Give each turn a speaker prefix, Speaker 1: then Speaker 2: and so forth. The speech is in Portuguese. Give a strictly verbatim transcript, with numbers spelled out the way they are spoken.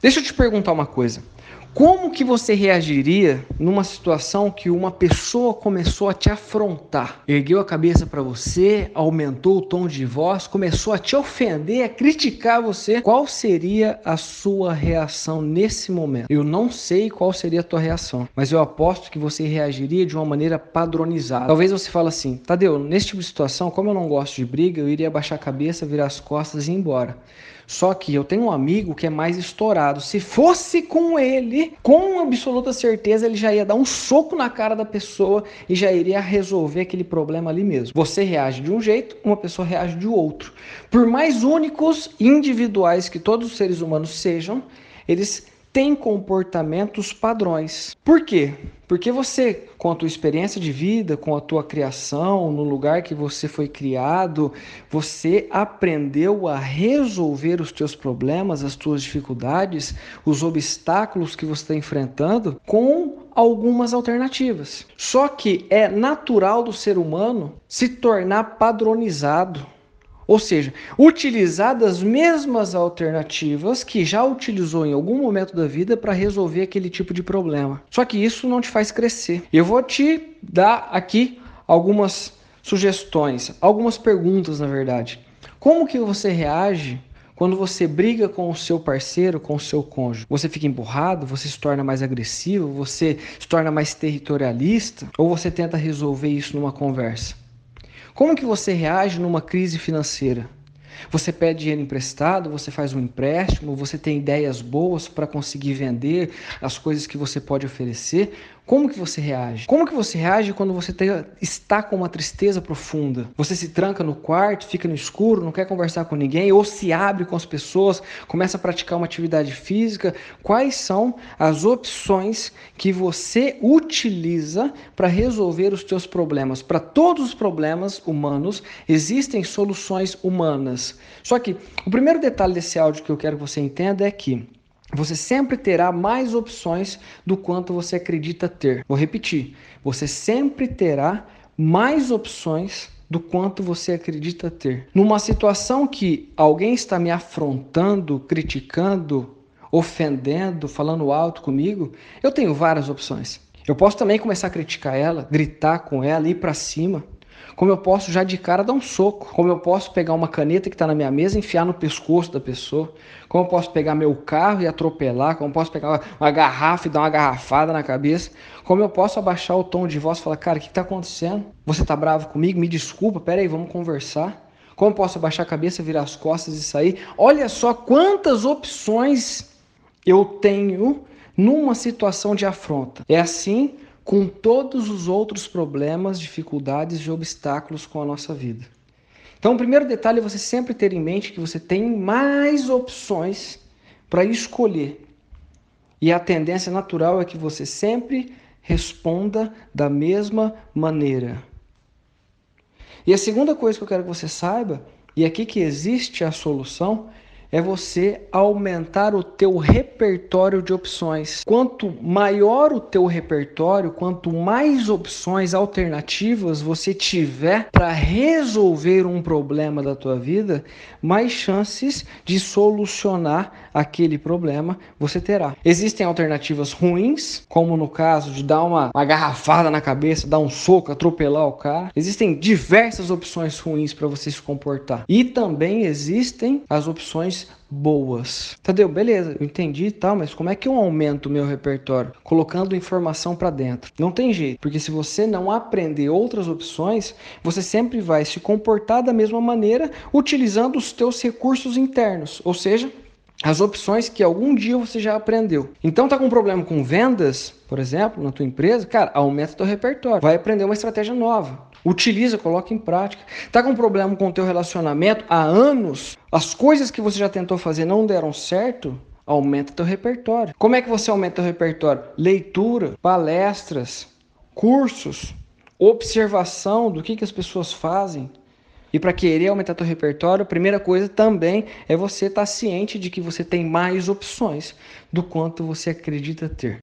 Speaker 1: Deixa eu te perguntar uma coisa. Como que você reagiria numa situação que uma pessoa começou a te afrontar? Ergueu a cabeça para você, aumentou o tom de voz, começou a te ofender, a criticar você. Qual seria a sua reação nesse momento? Eu não sei qual seria a tua reação, mas eu aposto que você reagiria de uma maneira padronizada. Talvez você fale assim: Tadeu, nesse tipo de situação, como eu não gosto de briga, eu iria abaixar a cabeça, virar as costas e ir embora. Só que eu tenho um amigo que é mais estourado. Se fosse com ele, com absoluta certeza, ele já ia dar um soco na cara da pessoa e já iria resolver aquele problema ali mesmo. Você reage de um jeito, uma pessoa reage de outro. Por mais únicos e individuais que todos os seres humanos sejam, eles têm comportamentos padrões. Por quê? Porque você, com a tua experiência de vida, com a tua criação, no lugar que você foi criado, você aprendeu a resolver os teus problemas, as tuas dificuldades, os obstáculos que você está enfrentando com algumas alternativas. Só que é natural do ser humano se tornar padronizado. Ou seja, utilizar das mesmas alternativas que já utilizou em algum momento da vida para resolver aquele tipo de problema. Só que isso não te faz crescer. Eu vou te dar aqui algumas sugestões, algumas perguntas na verdade. Como que você reage quando você briga com o seu parceiro, com o seu cônjuge? Você fica emburrado? Você se torna mais agressivo? Você se torna mais territorialista? Ou você tenta resolver isso numa conversa? Como que você reage numa crise financeira? Você pede dinheiro emprestado, você faz um empréstimo, você tem ideias boas para conseguir vender as coisas que você pode oferecer. Como que você reage? Como que você reage quando você está com uma tristeza profunda? Você se tranca no quarto, fica no escuro, não quer conversar com ninguém, ou se abre com as pessoas, começa a praticar uma atividade física? Quais são as opções que você utiliza para resolver os teus problemas? Para todos os problemas humanos, existem soluções humanas. Só que o primeiro detalhe desse áudio que eu quero que você entenda é que você sempre terá mais opções do quanto você acredita ter. Vou repetir. Você sempre terá mais opções do quanto você acredita ter. Numa situação que alguém está me afrontando, criticando, ofendendo, falando alto comigo, eu tenho várias opções. Eu posso também começar a criticar ela, gritar com ela, ir para cima. Como eu posso já de cara dar um soco. Como eu posso pegar uma caneta que está na minha mesa e enfiar no pescoço da pessoa. Como eu posso pegar meu carro e atropelar. Como eu posso pegar uma garrafa e dar uma garrafada na cabeça. Como eu posso abaixar o tom de voz e falar: cara, o que está acontecendo? Você está bravo comigo? Me desculpa, pera aí, vamos conversar. Como eu posso abaixar a cabeça, virar as costas e sair? Olha só quantas opções eu tenho numa situação de afronta. É assim com todos os outros problemas, dificuldades e obstáculos com a nossa vida. Então, o primeiro detalhe é você sempre ter em mente que você tem mais opções para escolher. E a tendência natural é que você sempre responda da mesma maneira. E a segunda coisa que eu quero que você saiba, e aqui que existe a solução, é você aumentar o teu repertório de opções. Quanto maior o teu repertório, quanto mais opções alternativas você tiver para resolver um problema da tua vida, mais chances de solucionar aquele problema você terá. Existem alternativas ruins, como no caso de dar uma, uma garrafada na cabeça, dar um soco, atropelar o cara. Existem diversas opções ruins para você se comportar. E também existem as opções boas. Tadeu, beleza, eu entendi e tal, mas como é que eu aumento o meu repertório? Colocando informação para dentro. Não tem jeito, porque se você não aprender outras opções, você sempre vai se comportar da mesma maneira, utilizando os teus recursos internos, ou seja, as opções que algum dia você já aprendeu. Então tá com um problema com vendas, por exemplo, na tua empresa, cara, aumenta teu repertório. Vai aprender uma estratégia nova. Utiliza, coloca em prática. Tá com um problema com o teu relacionamento há anos, as coisas que você já tentou fazer não deram certo, aumenta teu repertório. Como é que você aumenta teu repertório? Leitura, palestras, cursos, observação do que, que as pessoas fazem. E para querer aumentar teu repertório, a primeira coisa também é você estar ciente de que você tem mais opções do quanto você acredita ter.